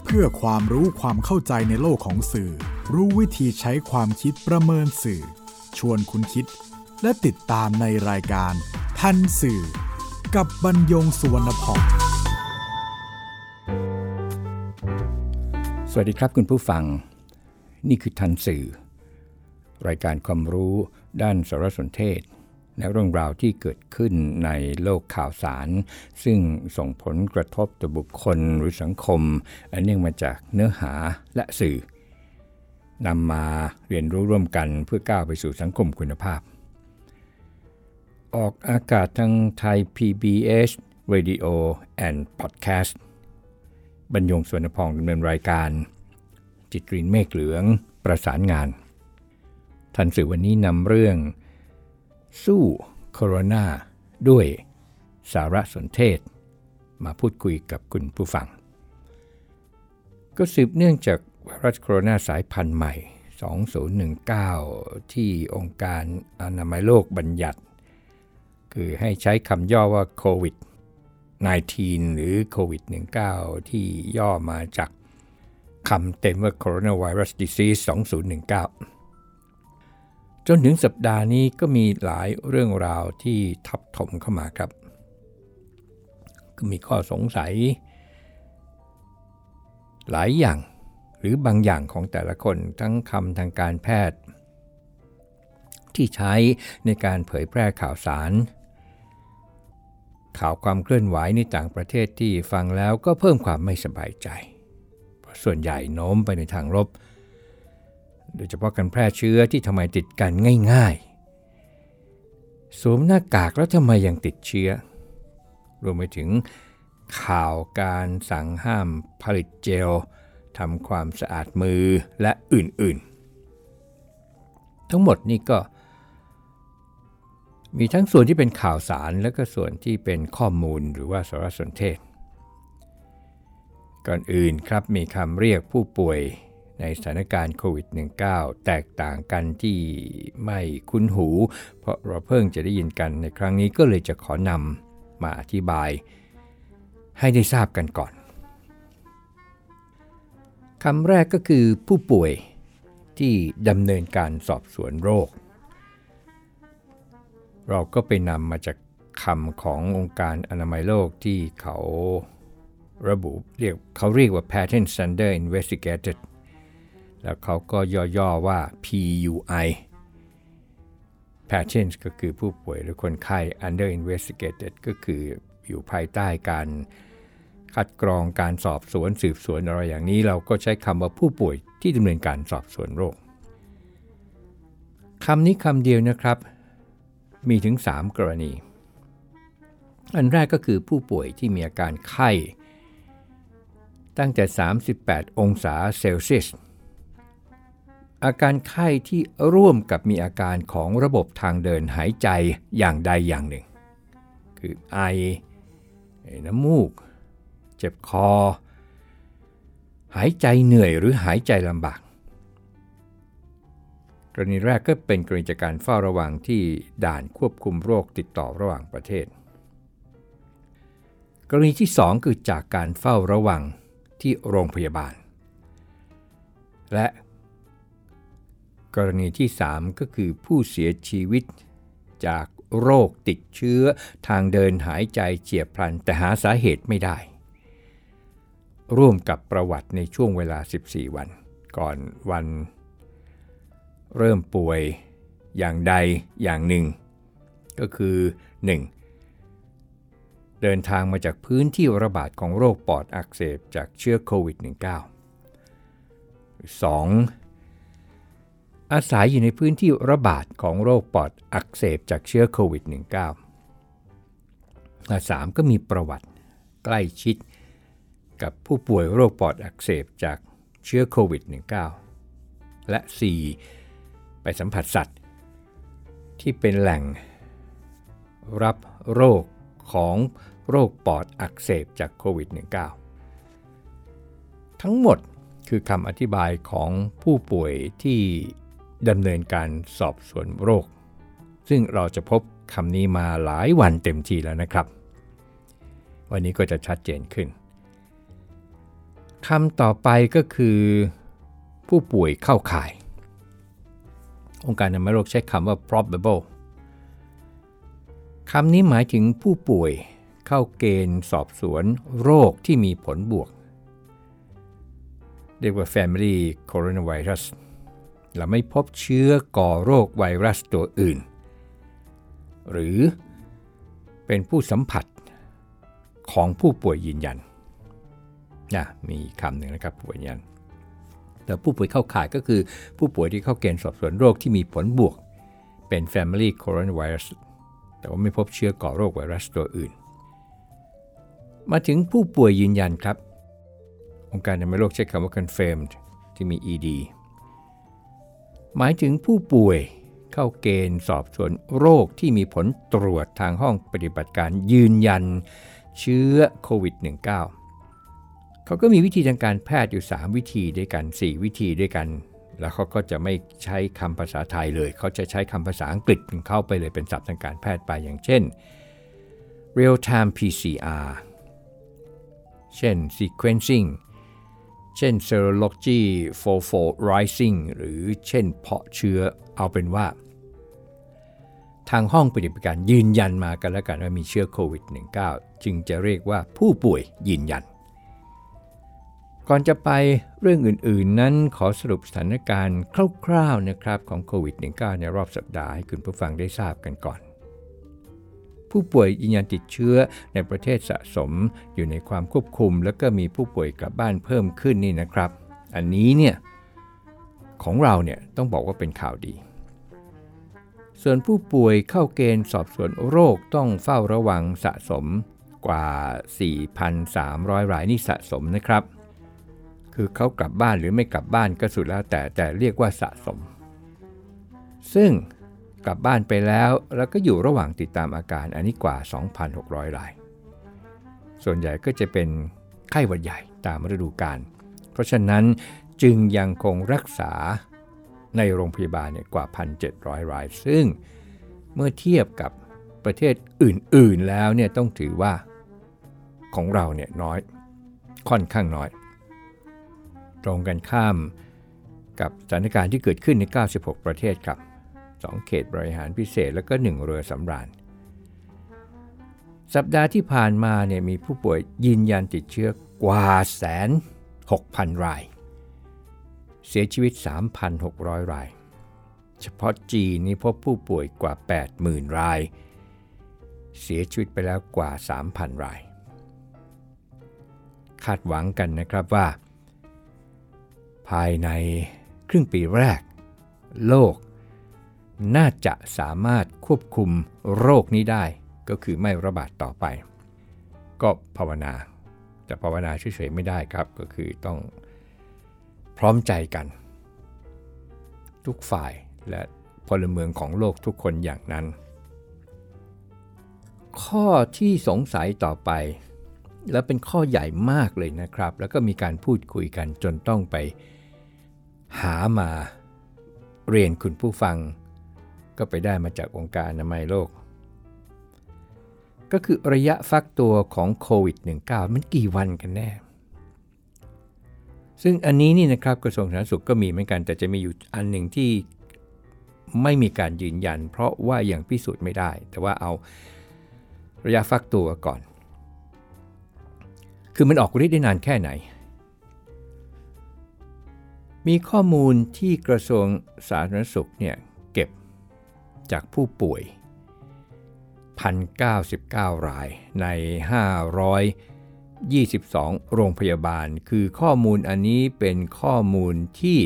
เพื่อความรู้ความเข้าใจในโลกของสื่อรู้วิธีใช้ความคิดประเมินสื่อชวนคุณคิดและติดตามในรายการทันสื่อกับบรรยงสุวรรณพรสวัสดีครับคุณผู้ฟังนี่คือทันสื่อรายการความรู้ด้านสารสนเทศและเรื่องราวที่เกิดขึ้นในโลกข่าวสารซึ่งส่งผลกระทบต่อบุคคลหรือสังคมอันเนื่องมาจากเนื้อหาและสื่อนำมาเรียนรู้ร่วมกันเพื่อก้าวไปสู่สังคมคุณภาพออกอากาศทางไทย PBS Radio and Podcast บรรยงสุวรรณพงษ์ดำเนินรายการจิตรินเมฆเหลืองประสานงานทันสื่อวันนี้นำเรื่องสู้โคโรนาด้วยสารสนเทศมาพูดคุยกับคุณผู้ฟังก็สืบเนื่องจากไวรัสโคโรนาสายพันธุ์ใหม่2019ที่องค์การอนามัยโลกบัญญัติคือให้ใช้คำย่อว่าโควิด-19 หรือโควิด-19 ที่ย่อมาจากคำเต็มว่า Coronavirus Disease 2019จนถึงสัปดาห์นี้ก็มีหลายเรื่องราวที่ทับถมเข้ามาครับก็มีข้อสงสัยหลายอย่างหรือบางอย่างของแต่ละคนทั้งคำทางการแพทย์ที่ใช้ในการเผยแพร่ข่าวสารข่าวความเคลื่อนไหวในต่างประเทศที่ฟังแล้วก็เพิ่มความไม่สบายใจเพราะส่วนใหญ่โน้มไปในทางลบโดยเฉพาะการแพร่เชื้อที่ทำไมติดกันง่ายๆสวมหน้ากากแล้วทำไมยังติดเชื้อรวมไปถึงข่าวการสั่งห้ามผลิตเจลทำความสะอาดมือและอื่นๆทั้งหมดนี่ก็มีทั้งส่วนที่เป็นข่าวสารและก็ส่วนที่เป็นข้อมูลหรือว่าสารสนเทศก่อนอื่นครับมีคำเรียกผู้ป่วยในสถานการณ์โควิด -19 แตกต่างกันที่ไม่คุ้นหูเพราะเราเพิ่งจะได้ยินกันในครั้งนี้ก็เลยจะขอนำมาอธิบายให้ได้ทราบกันก่อนคำแรกก็คือผู้ป่วยที่ดำเนินการสอบสวนโรคเราก็ไปนำมาจากคำขององค์การอนามัยโลกที่เขาระบุเขาเรียกว่า Patent Under Investigated แล้วเขาก็ย่อๆว่า PUI Patient ก็คือผู้ป่วยหรือคนไข้ Under Investigated ก็คืออยู่ภายใต้การคัดกรองการสอบสวนสืบสวนอะไรอย่างนี้เราก็ใช้คำว่าผู้ป่วยที่ดำเนินการสอบสวนโรคคำนี้คำเดียวนะครับมีถึง3กรณีอันแรกก็คือผู้ป่วยที่มีอาการไข้ตั้งแต่38องศาเซลเซียสอาการไข้ที่ร่วมกับมีอาการของระบบทางเดินหายใจอย่างใดอย่างหนึ่งคือไอน้ำมูกเจ็บคอหายใจเหนื่อยหรือหายใจลำบากกรณีแรกก็เป็นกรณีจากการเฝ้าระวังที่ด่านควบคุมโรคติดต่อระหว่างประเทศกรณีที่2คือจากการเฝ้าระวังที่โรงพยาบาลและกรณีที่3ก็คือผู้เสียชีวิตจากโรคติดเชื้อทางเดินหายใจเฉียบพลันแต่หาสาเหตุไม่ได้ร่วมกับประวัติในช่วงเวลา14วันก่อนวันเริ่มป่วยอย่างใดอย่างหนึ่งก็คือ 1. เดินทางมาจากพื้นที่ระบาดของโรคปอดอักเสบจากเชื้อโควิด -19 2. อาศัยอยู่ในพื้นที่ระบาดของโรคปอดอักเสบจากเชื้อโควิด -19 และ 3. ก็มีประวัติใกล้ชิดกับผู้ป่วยโรคปอดอักเสบจากเชื้อโควิด -19 และ 4. ไปสัมผัสสัตว์ที่เป็นแหล่งรับโรคของโรคปอดอักเสบจากโควิด -19 ทั้งหมดคือคำอธิบายของผู้ป่วยที่ดำเนินการสอบสวนโรคซึ่งเราจะพบคำนี้มาหลายวันเต็มทีแล้วนะครับวันนี้ก็จะชัดเจนขึ้นคำต่อไปก็คือผู้ป่วยเข้าข่ายองค์การอนามัยโลกใช้คำว่า probable คำนี้หมายถึงผู้ป่วยเข้าเกณฑ์สอบสวนโรคที่มีผลบวกเรียกว่า family coronavirus เราไม่พบเชื้อก่อโรคไวรัสตัวอื่นหรือเป็นผู้สัมผัสของผู้ป่วยยืนยันมีคำหนึ่งนะครับผู้ป่วยยืนยันแต่ผู้ป่วยเข้าข่ายก็คือผู้ป่วยที่เข้าเกณฑ์สอบสวนโรคที่มีผลบวกเป็น family coronavirus แต่ว่าไม่พบเชื้อก่อโรคไวรัสตัวอื่นมาถึงผู้ป่วยยืนยันครับองค์การอนามัยโลกใช้คำว่า confirmed ที่มี ed หมายถึงผู้ป่วยเข้าเกณฑ์สอบสวนโรคที่มีผลตรวจทางห้องปฏิบัติการยืนยันเชื้อโควิด -19 เขาก็มีวิธีทางการแพทย์อยู่3วิธีด้วยกัน4วิธีด้วยกันแล้วเขาก็จะไม่ใช้คำภาษาไทยเลยเขาจะใช้คำภาษาอังกฤษเข้าไปเลยเป็นศัพท์ทางการแพทย์ไปอย่างเช่น real time PCR เช่น sequencing เช่น serology fourfold rising หรือเช่นเพาะเชื้อเอาเป็นว่าทางห้องปฏิบัติการยืนยันมากันแล้วกันว่ามีเชื้อโควิด -19 จึงจะเรียกว่าผู้ป่วยยืนยันก่อนจะไปเรื่องอื่นๆนั้นขอสรุปสถานการณ์คร่าวๆนะครับของโควิด -19 ในรอบสัปดาห์ให้คุณผู้ฟังได้ทราบกันก่อนผู้ป่วยยืนยันติดเชื้อในประเทศสะสมอยู่ในความควบคุมแล้วก็มีผู้ป่วยกลับบ้านเพิ่มขึ้นนี่นะครับอันนี้เนี่ยของเราเนี่ยต้องบอกว่าเป็นข่าวดีส่วนผู้ป่วยเข้าเกณฑ์สอบสวนโรคต้องเฝ้าระวังสะสมกว่า 4,300 รายนี่สะสมนะครับคือเขากลับบ้านหรือไม่กลับบ้านก็สุดแล้วแต่เรียกว่าสะสมซึ่งกลับบ้านไปแล้วก็อยู่ระหว่างติดตามอาการอันนี้กว่า 2,600 รายส่วนใหญ่ก็จะเป็นไข้หวัดใหญ่ตามฤดูกาลเพราะฉะนั้นจึงยังคงรักษาในโรงพยาบาลกว่า 1,700 รายซึ่งเมื่อเทียบกับประเทศอื่นๆแล้วเนี่ยต้องถือว่าของเราเนี่ยน้อยค่อนข้างน้อยตรงกันข้ามกับสถานการณ์ที่เกิดขึ้นใน96ประเทศครับ2เขตบริหารพิเศษแล้วก็1เรือสำราญสัปดาห์ที่ผ่านมาเนี่ยมีผู้ป่วยยืนยันติดเชื้อกว่า 160,000 รายเสียชีวิต 3,600 รายเฉพาะจีนนี่พบผู้ป่วยกว่า 80,000 รายเสียชีวิตไปแล้วกว่า 3,000 รายคาดหวังกันนะครับว่าภายในครึ่งปีแรกโลกน่าจะสามารถควบคุมโรคนี้ได้ก็คือไม่ระบาดต่อไปก็ภาวนาแต่ภาวนาเฉยๆไม่ได้ครับก็คือต้องพร้อมใจกันทุกฝ่ายและพลเมืองของโลกทุกคนอย่างนั้นข้อที่สงสัยต่อไปและเป็นข้อใหญ่มากเลยนะครับแล้วก็มีการพูดคุยกันจนต้องไปหามาเรียนคุณผู้ฟังก็ไปได้มาจากองค์การอนามัยโลกก็คือระยะฟักตัวของโควิด -19 มันกี่วันกันแน่ซึ่งอันนี้นี่นะครับกระทรวงสาธารณสุขก็มีเหมือนกันแต่จะมีอยู่อันหนึ่งที่ไม่มีการยืนยันเพราะว่ายังพิสูจน์ไม่ได้แต่ว่าเอาระยะฟักตัวก่อนคือมันออกฤทธิ์ได้นานแค่ไหนมีข้อมูลที่กระทรวงสาธารณสุขเนี่ยเก็บจากผู้ป่วย 1,099 รายใน522โรงพยาบาลคือข้อมูลอันนี้เป็นข้อมูลที่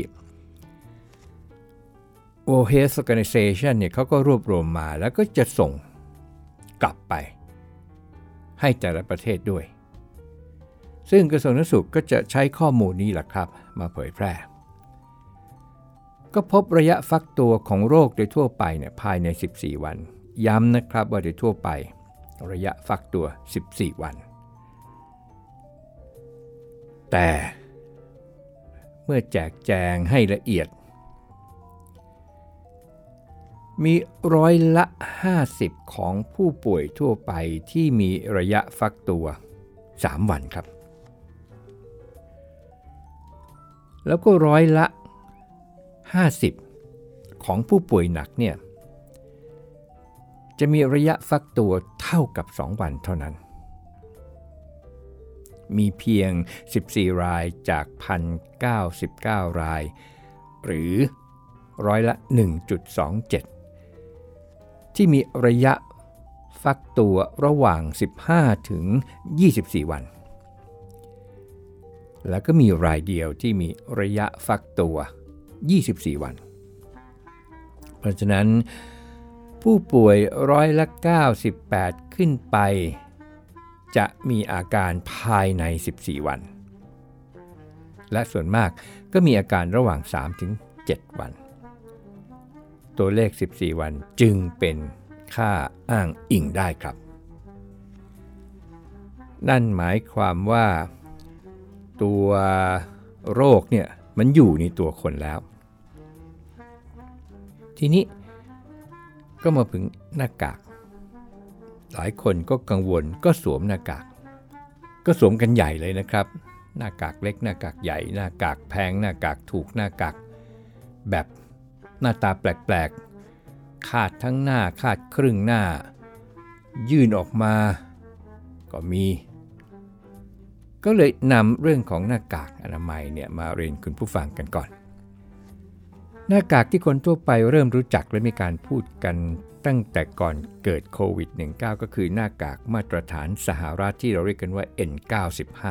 World Health Organization เนี่ยเขาก็รวบรวมมาแล้วก็จะส่งกลับไปให้แต่ละประเทศด้วยซึ่งกระทรวงสาธารณสุขก็จะใช้ข้อมูลนี้แหละครับมาเผยแพร่ก็พบระยะฟักตัวของโรคโดยทั่วไปเนี่ยภายใน14วันย้ำนะครับว่าโดยทั่วไประยะฟักตัว14วันแต่เมื่อแจกแจงให้ละเอียดมีร้อยละ50ของผู้ป่วยทั่วไปที่มีระยะฟักตัว3วันครับแล้วก็ร้อยละ50ของผู้ป่วยหนักเนี่ยจะมีระยะฟักตัวเท่ากับ2 วันเท่านั้นมีเพียง14รายจาก 1,099 รายหรือร้อยละ 1.27 ที่มีระยะฟักตัวระหว่าง15ถึง24วันแล้วก็มีรายเดียวที่มีระยะฟักตัว24วันเพราะฉะนั้นผู้ป่วยร้อยละ98ขึ้นไปจะมีอาการภายใน14วันและส่วนมากก็มีอาการระหว่าง3ถึง7วันตัวเลข14วันจึงเป็นค่าอ้างอิงได้ครับนั่นหมายความว่าตัวโรคเนี่ยมันอยู่ในตัวคนแล้วทีนี้ก็มาถึงหน้ากากหลายคนก็กังวลก็สวมหน้ากากก็สวมกันใหญ่เลยนะครับหน้ากากเล็กหน้ากากใหญ่หน้ากากแพงหน้ากากถูกหน้ากากแบบหน้าตาแปลกๆคาดทั้งหน้าคาดครึ่งหน้ายื่นออกมาก็มีก็เลยนำเรื่องของหน้ากากอนามัยเนี่ยมาเรียนคุณผู้ฟังกันก่อนหน้ากากที่คนทั่วไปเริ่มรู้จักและมีการพูดกันตั้งแต่ก่อนเกิดโควิด -19 ก็คือหน้ากากมาตรฐานสหรัฐที่เราเรียกกันว่า N95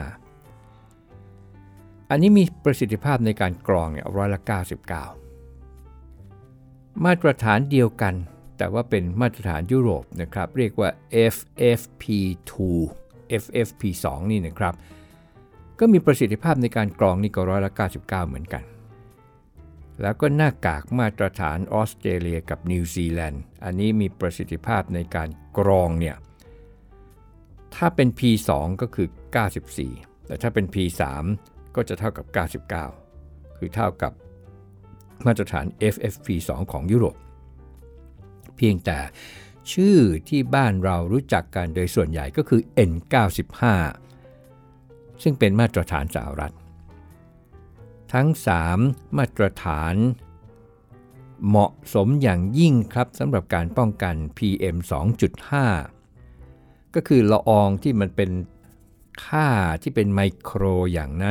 อันนี้มีประสิทธิภาพในการกรองเนี่ยร้อยละ99มาตรฐานเดียวกันแต่ว่าเป็นมาตรฐานยุโรปนะครับเรียกว่า FFP2 FFP2 นี่นะครับก็มีประสิทธิภาพในการกรองนี่ก็ร้อยละ99เหมือนกันแล้วก็หน้ากากมาตรฐานออสเตรเลียกับนิวซีแลนด์อันนี้มีประสิทธิภาพในการกรองเนี่ยถ้าเป็น P2 ก็คือ94แต่ถ้าเป็น P3 ก็จะเท่ากับ99คือเท่ากับมาตรฐาน FFP2 ของยุโรปเพียงแต่ชื่อที่บ้านเรารู้จักกันโดยส่วนใหญ่ก็คือ N95 ซึ่งเป็นมาตรฐานสหรัฐทั้ง3มาตรฐานเหมาะสมอย่างยิ่งครับสำหรับการป้องกัน PM 2.5 ก็คือละอองที่มันเป็นค่าที่เป็นไมโครอย่างนั้น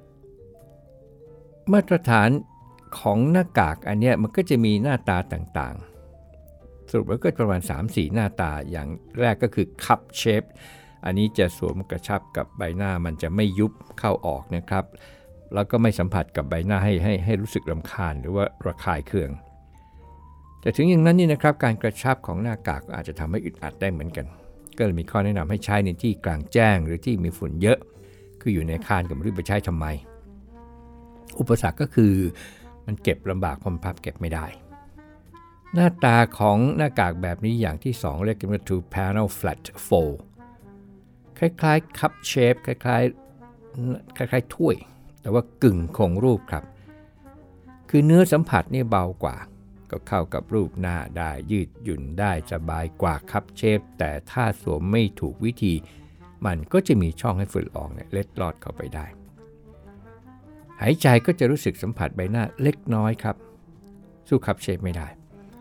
มาตรฐานของหน้ากากอันเนี้ยมันก็จะมีหน้าตาต่างๆสรุปแล้วก็ประมาณ 3-4 หน้าตาอย่างแรกก็คือ cup shape อันนี้จะสวมกระชับกับใบหน้ามันจะไม่ยุบเข้าออกนะครับแล้วก็ไม่สัมผัสกับใบหน้าให้รู้สึกรำคาญหรือว่าระคายเคืองแต่ถึงอย่างนั้นนี่นะครับการกระชับของหน้ากากอาจจะทำให้อึดอัดได้เหมือนกันก็เลยมีข้อแนะนำให้ใช้ในที่กลางแจ้งหรือที่มีฝุ่นเยอะคืออยู่ในอาคารก็ไม่รู้ไปใช้ทำไมอุปสรรคก็คือมันเก็บลำบากพับเก็บไม่ได้หน้าตาของหน้ากากแบบนี้อย่างที่2เรียกกันว่า two panel flat fold คล้ายๆ cup shape คล้ายๆถ้วยแต่ว่ากึ่งคงรูปครับคือเนื้อสัมผัสนี่เบากว่าก็เข้ากับรูปหน้าได้ยืดหยุ่นได้สบายกว่าคัพเชฟแต่ถ้าสวมไม่ถูกวิธีมันก็จะมีช่องให้ฝุ่นละอองเนี่ยเล็ดลอดเข้าไปได้หายใจก็จะรู้สึกสัมผัสใบหน้าเล็กน้อยครับสู้คัพเชฟไม่ได้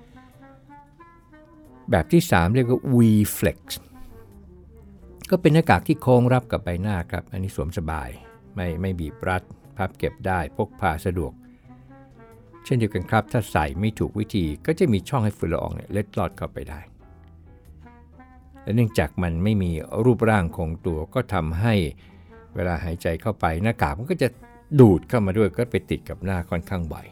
แบบที่3เรียกว่า V-Flex ก็เป็นหน้ากากที่โค้งรับกับใบหน้าครับอันนี้สวมสบายไม่บีบรัดพับเก็บได้พกพาสะดวกเช่นเดียวกันครับถ้าใส่ไม่ถูกวิธีก็จะมีช่องให้ฝุ่นละอองเนี่ยเล็ดลอดเข้าไปได้และเนื่องจากมันไม่มีรูปร่างคงตัวก็ทำให้เวลาหายใจเข้าไปหน้ากากมันก็จะดูดเข้ามาด้วยก็ไปติดกับหน้าค่อนข้างบ่อย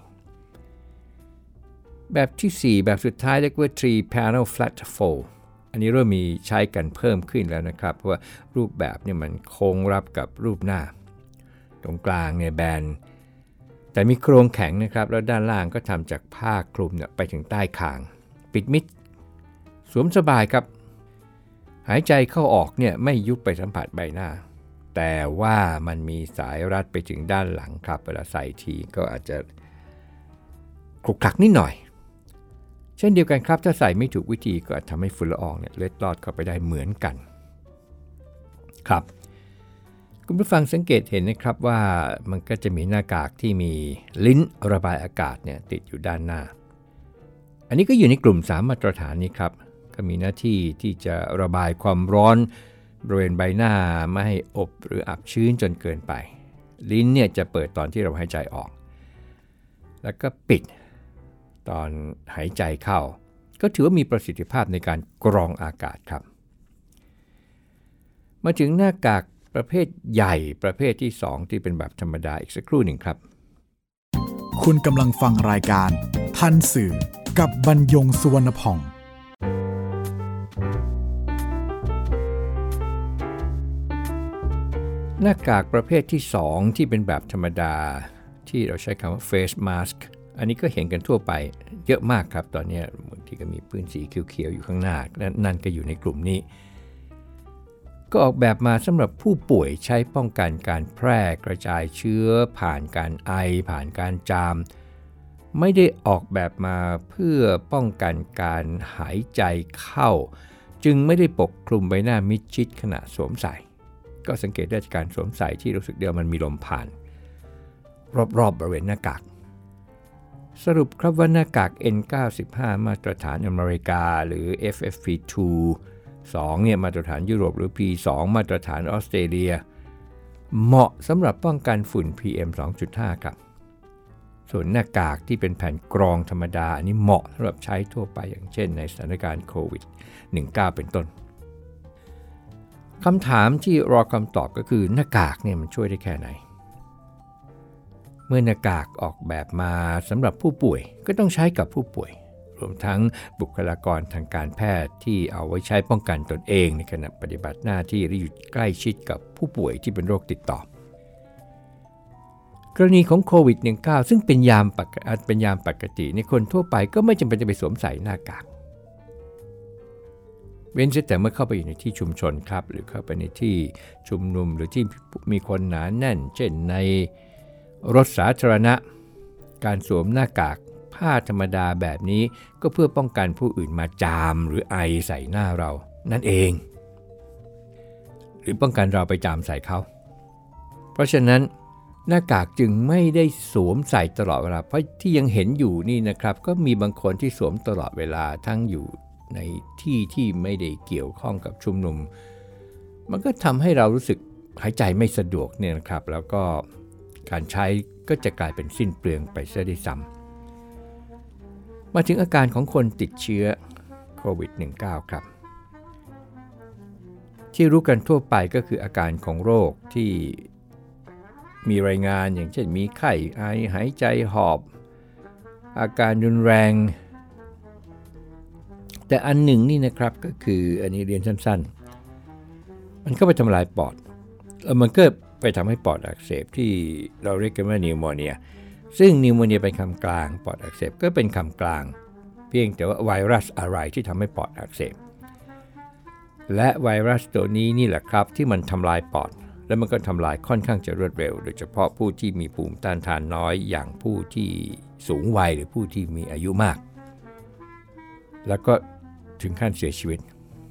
แบบที่4แบบสุดท้ายเรียกว่า three panel flat fold อันนี้เริ่มมีใช้กันเพิ่มขึ้นแล้วนะครับเพราะว่ารูปแบบนี่มันโค้งรับกับรูปหน้าตรงกลางเนี่ยแบนแต่มีโครงแข็งนะครับแล้วด้านล่างก็ทำจากผ้าคลุมเนี่ยไปถึงใต้คางปิดมิดสวมสบายครับหายใจเข้าออกเนี่ยไม่ยุบไปสัมผัสใบหน้าแต่ว่ามันมีสายรัดไปถึงด้านหลังครับเวลาใส่ทีก็อาจจะคลุกคลักนิดหน่อยเช่นเดียวกันครับถ้าใส่ไม่ถูกวิธีก็อาจทำให้ฝุ่นละอองเนี่ยเล็ดลอดเข้าไปได้เหมือนกันครับคุณผู้ฟังสังเกตเห็นนะครับว่ามันก็จะมีหน้ากากที่มีลิ้นระบายอากาศเนี่ยติดอยู่ด้านหน้าอันนี้ก็อยู่ในกลุ่ม3มาตรฐานนี้ครับก็มีหน้าที่ที่จะระบายความร้อนบริเวณใบหน้าไม่ให้อบหรืออับชื้นจนเกินไปลิ้นเนี่ยจะเปิดตอนที่เราหายใจออกแล้วก็ปิดตอนหายใจเข้าก็ถือว่ามีประสิทธิภาพในการกรองอากาศครับมาถึงหน้ากากประเภทใหญ่ประเภทที่2ที่เป็นแบบธรรมดาอีกสักครู่หนึ่งครับคุณกำลังฟังรายการทันสื่อกับบรรยงสุวรรณพองหน้ากากประเภทที่2ที่เป็นแบบธรรมดาที่เราใช้คำว่า face mask อันนี้ก็เห็นกันทั่วไปเยอะมากครับตอนนี้บางทีก็มีปื้นสีเขียวๆอยู่ข้างหน้านั่นก็อยู่ในกลุ่มนี้ก็ออกแบบมาสำหรับผู้ป่วยใช้ป้องกันการแพร่กระจายเชื้อผ่านการไอผ่านการจามไม่ได้ออกแบบมาเพื่อป้องกันการหายใจเข้าจึงไม่ได้ปกคลุมใบหน้ามิดชิดขณะสวมใส่ก็สังเกตได้จากการสวมใส่ที่รู้สึกเดียวมันมีลมผ่านรอบๆบริเวณหน้ากากสรุปครับว่าหน้ากาก N95 มาตรฐานอเมริกาหรือ FFP2 2เนี่ยมาตรฐานยุโรปหรือ P2 มาตรฐานออสเตรเลียเหมาะสำหรับป้องกันฝุ่น PM 2.5 ครับส่วนหน้ากากที่เป็นแผ่นกรองธรรมดาอันนี้เหมาะสำหรับใช้ทั่วไปอย่างเช่นในสถานการณ์โควิด -19 เป็นต้นคำถามที่รอคำตอบก็คือหน้ากากเนี่ยมันช่วยได้แค่ไหนเมื่อหน้ากากออกแบบมาสำหรับผู้ป่วยก็ต้องใช้กับผู้ป่วยรวมทั้งบุคลากรทางการแพทย์ที่เอาไว้ใช้ป้องกันตนเองในขณะปฏิบัติหน้าที่หรืออยู่ใกล้ชิดกับผู้ป่วยที่เป็นโรคติดต่อกรณีของโควิด -19 ซึ่งเป็นยามปกติในคนทั่วไปก็ไม่จำเป็นจะไปสวมใส่หน้ากากเว้นแต่เมื่อเข้าไปอยู่ในที่ชุมชนครับหรือเข้าไปในที่ชุมนุมหรือที่มีคนหนาแน่นเช่นในรถสาธารณะการสวมหน้ากากผ้าธรรมดาแบบนี้ก็เพื่อป้องกันผู้อื่นมาจามหรือไอใส่หน้าเรานั่นเองหรือป้องกันเราไปจามใส่เขาเพราะฉะนั้นหน้ากากจึงไม่ได้สวมใส่ตลอดเวลาเพราะที่ยังเห็นอยู่นี่นะครับก็มีบางคนที่สวมตลอดเวลาทั้งอยู่ในที่ที่ไม่ได้เกี่ยวข้องกับชุมนุมมันก็ทำให้เรารู้สึกหายใจไม่สะดวกเนี่ยนะครับแล้วก็การใช้ก็จะกลายเป็นสิ้นเปลืองไปซะด้วยซ้ำมาถึงอาการของคนติดเชื้อโควิด -19 ครับที่รู้กันทั่วไปก็คืออาการของโรคที่มีรายงานอย่างเช่นมีไข้ไอหายใจหอบอาการรุนแรงแต่อันหนึ่งนี่นะครับก็คืออันนี้เรียนสั้นๆมันก็ไปทำลายปอดแล้วมันก็ไปทำให้ปอดอักเสบที่เราเรียกกันว่านิวโมเนียซึ่งนิวโมเนียเป็นคำกลางปอดอักเสบก็เป็นคำกลางเพียงแต่ว่าไวรัสอะไรที่ทำให้ปอดอักเสบและไวรัสตัวนี้นี่แหละครับที่มันทำลายปอดและมันก็ทำลายค่อนข้างจะรวดเร็วโดยเฉพาะผู้ที่มีภูมิต้านทานน้อยอย่างผู้ที่สูงวัยหรือผู้ที่มีอายุมากแล้วก็ถึงขั้นเสียชีวิต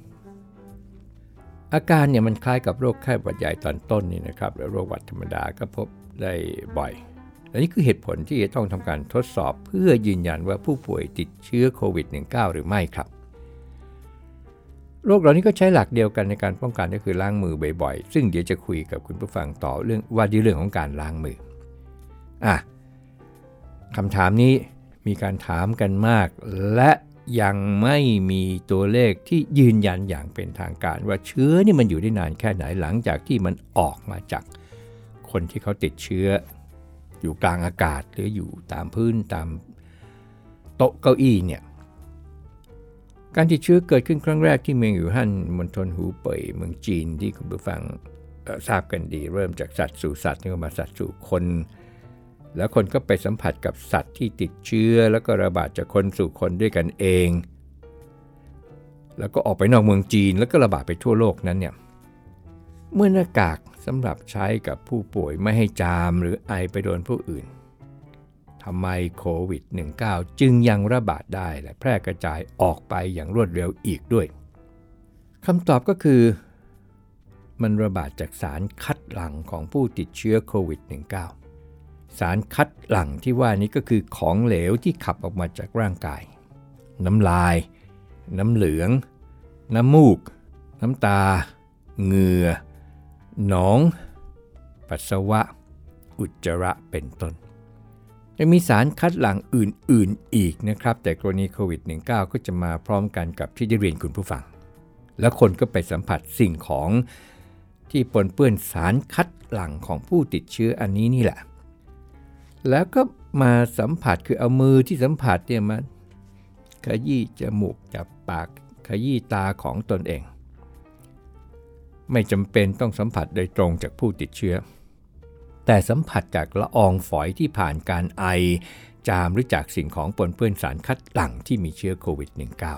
อาการเนี่ยมันคล้ายกับโรคไข้หวัดใหญ่ตอนต้นนี่นะครับและโรคหวัดธรรมดาก็พบได้บ่อยและนี่คือเหตุผลที่จะต้องทำการทดสอบเพื่อยืนยันว่าผู้ป่วยติดเชื้อโควิด -19 หรือไม่ครับโรคเหล่านี้ก็ใช้หลักเดียวกันในการป้องกันก็คือล้างมือบ่อยๆซึ่งเดี๋ยวจะคุยกับคุณผู้ฟังต่อเรื่องของการล้างมือคำถามนี้มีการถามกันมากและยังไม่มีตัวเลขที่ยืนยันอย่างเป็นทางการว่าเชื้อนี่มันอยู่ได้นานแค่ไหนหลังจากที่มันออกมาจากคนที่เขาติดเชื้ออยู่กลางอากาศหรืออยู่ตามพื้นตามโต๊ะเก้าอี้เนี่ยการติดเชื้อเกิดขึ้นครั้งแรกที่เมืองอู่ฮั่นมณฑลหูเป่ยเมืองจีนที่คุณผู้ฟังทราบกันดีเริ่มจากสัตว์สู่สัตว์นี่ก็มาสัตว์สู่คนแล้วคนก็ไปสัมผัสกับสัตว์ที่ติดเชื้อแล้วก็ระบาดจากคนสู่คนด้วยกันเองแล้วก็ออกไปนอกเมืองจีนแล้วก็ระบาดไปทั่วโลกนั้นเนี่ยเมื่อหน้ากากสำหรับใช้กับผู้ป่วยไม่ให้จามหรือไอไปโดนผู้อื่นทำไมโควิด -19 จึงยังระบาดได้และแพร่กระจายออกไปอย่างรวดเร็วอีกด้วยคำตอบก็คือมันระบาดจากสารคัดหลั่งของผู้ติดเชื้อโควิด -19 สารคัดหลั่งที่ว่านี้ก็คือของเหลวที่ขับออกมาจากร่างกายน้ำลายน้ำเหลืองน้ำมูกน้ำตาเหงื่อหนองปัสสาวะอุจจาระเป็นต้นยังมีสารคัดหลั่งอื่นๆอีกนะครับแต่กรณีโควิด -19 ก็จะมาพร้อมกันกับที่ได้เรียนคุณผู้ฟังแล้วคนก็ไปสัมผัสสิ่งของที่ปนเปื้อนสารคัดหลั่งของผู้ติดเชื้ออันนี้นี่แหละแล้วก็มาสัมผัสคือเอามือที่สัมผัสเนี่ยมาขยี้จมูกจับปากขยี้ตาของตนเองไม่จำเป็นต้องสัมผัสโดยตรงจากผู้ติดเชื้อแต่สัมผัสจากละอองฝอยที่ผ่านการไอจามหรือจากสิ่งของปนเปื้อนสารคัดหลั่งที่มีเชื้อโควิด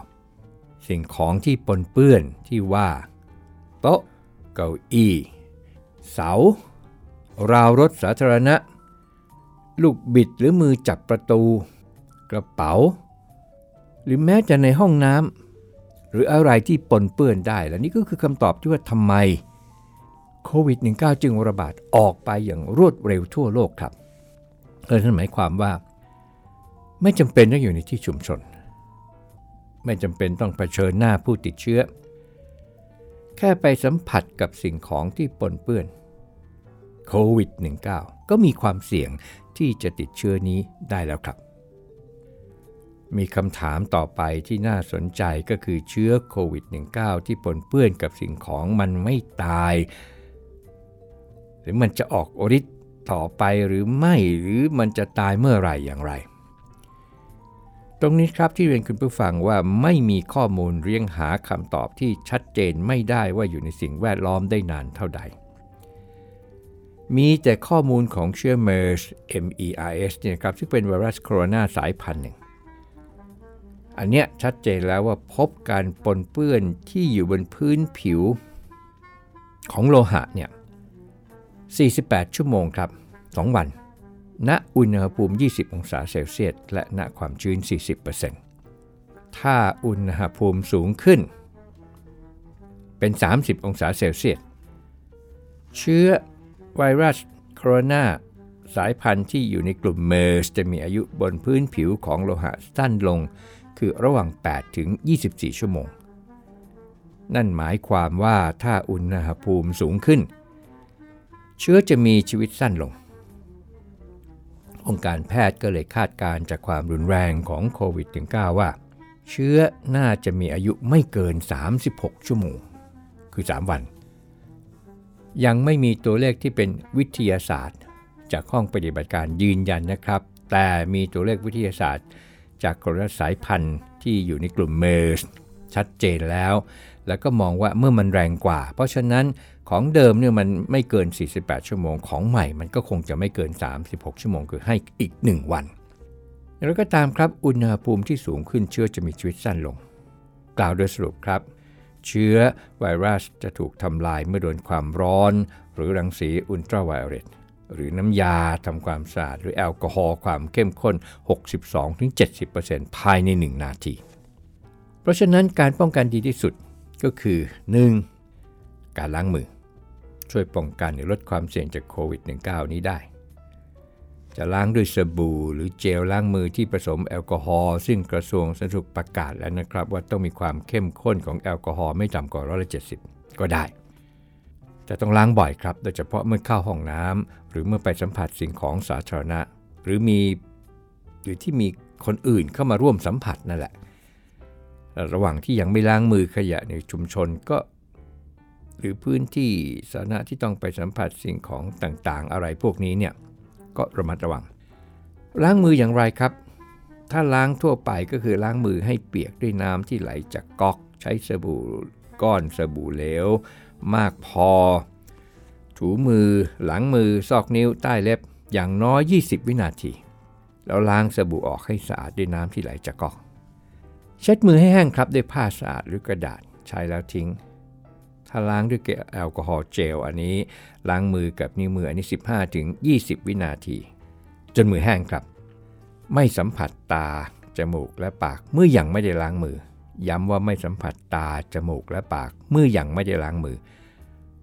-19 สิ่งของที่ปนเปื้อนที่ว่าโต๊ะเก้าอี้เสาราวรถสาธารณะลูกบิดหรือมือจับประตูกระเป๋าหรือแม้แต่ในห้องน้ำหรืออะไรที่ปนเปื้อนได้และนี่ก็คือคำตอบที่ว่าทำไมโควิด -19 จึงระบาดออกไปอย่างรวดเร็วทั่วโลกครับนั่นหมายความว่าไม่จำเป็นต้องอยู่ในที่ชุมชนไม่จำเป็นต้องเผชิญหน้าผู้ติดเชื้อแค่ไปสัมผัสกับสิ่งของที่ปนเปื้อนโควิด -19 ก็มีความเสี่ยงที่จะติดเชื้อนี้ได้แล้วครับมีคำถามต่อไปที่น่าสนใจก็คือเชื้อโควิด -19 ที่ปนเปื้อนกับสิ่งของมันไม่ตายหรือมันจะออกฤทธิ์ต่อไปหรือไม่หรือมันจะตายเมื่อไหร่อย่างไรตรงนี้ครับที่เรียนคุณผู้ฟังว่าไม่มีข้อมูลเรียงหาคำตอบที่ชัดเจนไม่ได้ว่าอยู่ในสิ่งแวดล้อมได้นานเท่าใดมีแต่ข้อมูลของเชื้อ MERS เนี่ยครับซึ่งเป็นไวรัสโคโรนาสายพันธุ์หนึ่งอันเนี้ยชัดเจนแล้วว่าพบการปนเปื้อนที่อยู่บนพื้นผิวของโลหะเนี่ย48 ชั่วโมงครับ2 วันณอุณหภูมิ20 องศาเซลเซียสและณความชื้น 40% ถ้าอุณหภูมิสูงขึ้นเป็น30 องศาเซลเซียสเชื้อไวรัสโคโรนาสายพันธุ์ที่อยู่ในกลุ่ม MERS จะมีอายุบนพื้นผิวของโลหะสั้นลงคือระหว่าง8 ถึง 24 ชั่วโมงนั่นหมายความว่าถ้าอุณหภูมิสูงขึ้นเชื้อจะมีชีวิตสั้นลงองค์การแพทย์ก็เลยคาดการณ์จากความรุนแรงของโควิด -19 ว่าเชื้อน่าจะมีอายุไม่เกิน36 ชั่วโมงคือ3 วันยังไม่มีตัวเลขที่เป็นวิทยาศาสตร์จากห้องปฏิบัติการยืนยันนะครับแต่มีตัวเลขวิทยาศาสตร์จากโคโรนาสายพันธุ์ที่อยู่ในกลุ่ม MERS ชัดเจนแล้วก็มองว่าเมื่อมันแรงกว่าเพราะฉะนั้นของเดิมเนี่ยมันไม่เกิน48 ชั่วโมงของใหม่มันก็คงจะไม่เกิน36 ชั่วโมงคือให้อีก1 วันแล้วก็ตามครับอุณหภูมิที่สูงขึ้นเชื้อจะมีชีวิตสั้นลงกล่าวโดยสรุปครับเชื้อไวรัสจะถูกทำลายเมื่อโดนความร้อนหรือรังสีอุลตราไวโอเลตหรือน้ำยาทำความสะอาดหรือแอลกอฮอล์ความเข้มข้น 62-70% ภายใน1 นาทีเพราะฉะนั้นการป้องกันดีที่สุดก็คือ 1. การล้างมือช่วยป้องกันหรือลดความเสี่ยงจากโควิด -19 นี้ได้จะล้างด้วยสบู่หรือเจลล้างมือที่ผสมแอลกอฮอล์ซึ่งกระทรวงสาธารณสุขประกาศแล้วนะครับว่าต้องมีความเข้มข้นของแอลกอฮอล์ไม่ต่ำกว่า170ก็ได้แต่ต้องล้างบ่อยครับโดยเฉพาะเมื่อเข้าห้องน้ำหรือเมื่อไปสัมผัสสิ่งของสาธารณะหรือที่มีคนอื่นเข้ามาร่วมสัมผัสนั่นแหละระหว่างที่ยังไม่ล้างมือขยะในชุมชนก็หรือพื้นที่สาธารณะที่ต้องไปสัมผัสสิ่งของต่างๆอะไรพวกนี้เนี่ยก็ระมัดระวังล้างมืออย่างไรครับถ้าล้างทั่วไปก็คือล้างมือให้เปียกด้วยน้ำที่ไหลจากก๊อกใช้สบู่ก้อนสบู่เหลวมากพอถูมือหลังมือซอกนิ้วใต้เล็บอย่างน้อย20 วินาทีแล้วล้างสบู่ออกให้สะอาดด้วยน้ำที่ไหลจากก๊อกเช็ดมือให้แห้งครับด้วยผ้าสะอาดหรือกระดาษใช้แล้วทิ้งถ้าล้างด้วยแอลกอฮอล์เจลอันนี้ล้างมือกับนิ้วมืออันนี้ 15-20 วินาทีจนมือแห้งครับไม่สัมผัสตาจมูกและปากเมื่อยังไม่ได้ล้างมือย้ำว่าไม่สัมผัสตาจมูกและปากเมื่อยังไม่ได้ล้างมือ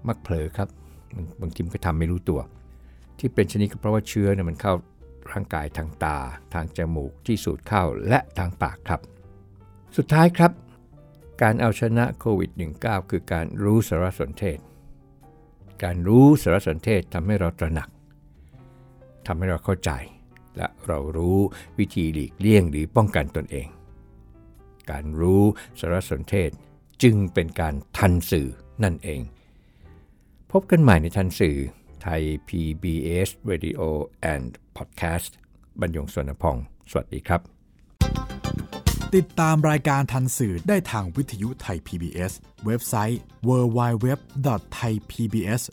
มักเผลอครับบางทีมันก็ทำไม่รู้ตัวที่เป็นชนิดก็เพราะว่าเชื้อเนี่ยมันเข้าร่างกายทางตาทางจมูกที่สูดเข้าและทางปากครับสุดท้ายครับการเอาชนะโควิด -19 คือการรู้สารสนเทศการรู้สารสนเทศทำให้เราตระหนักทำให้เราเข้าใจและเรารู้วิธีหลีกเลี่ยงหรือป้องกันตนเองการรู้สารสนเทศจึงเป็นการทันสื่อนั่นเองพบกันใหม่ในทันสื่อไทย PBS Radio and Podcast บรรยง สวนพองสวัสดีครับติดตามรายการทันสื่อได้ทางวิทยุไทย PBSเว็บไซต์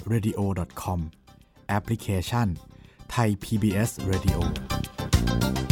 www.thaipbsradio.com แอปพลิเคชัน Thai PBS Radio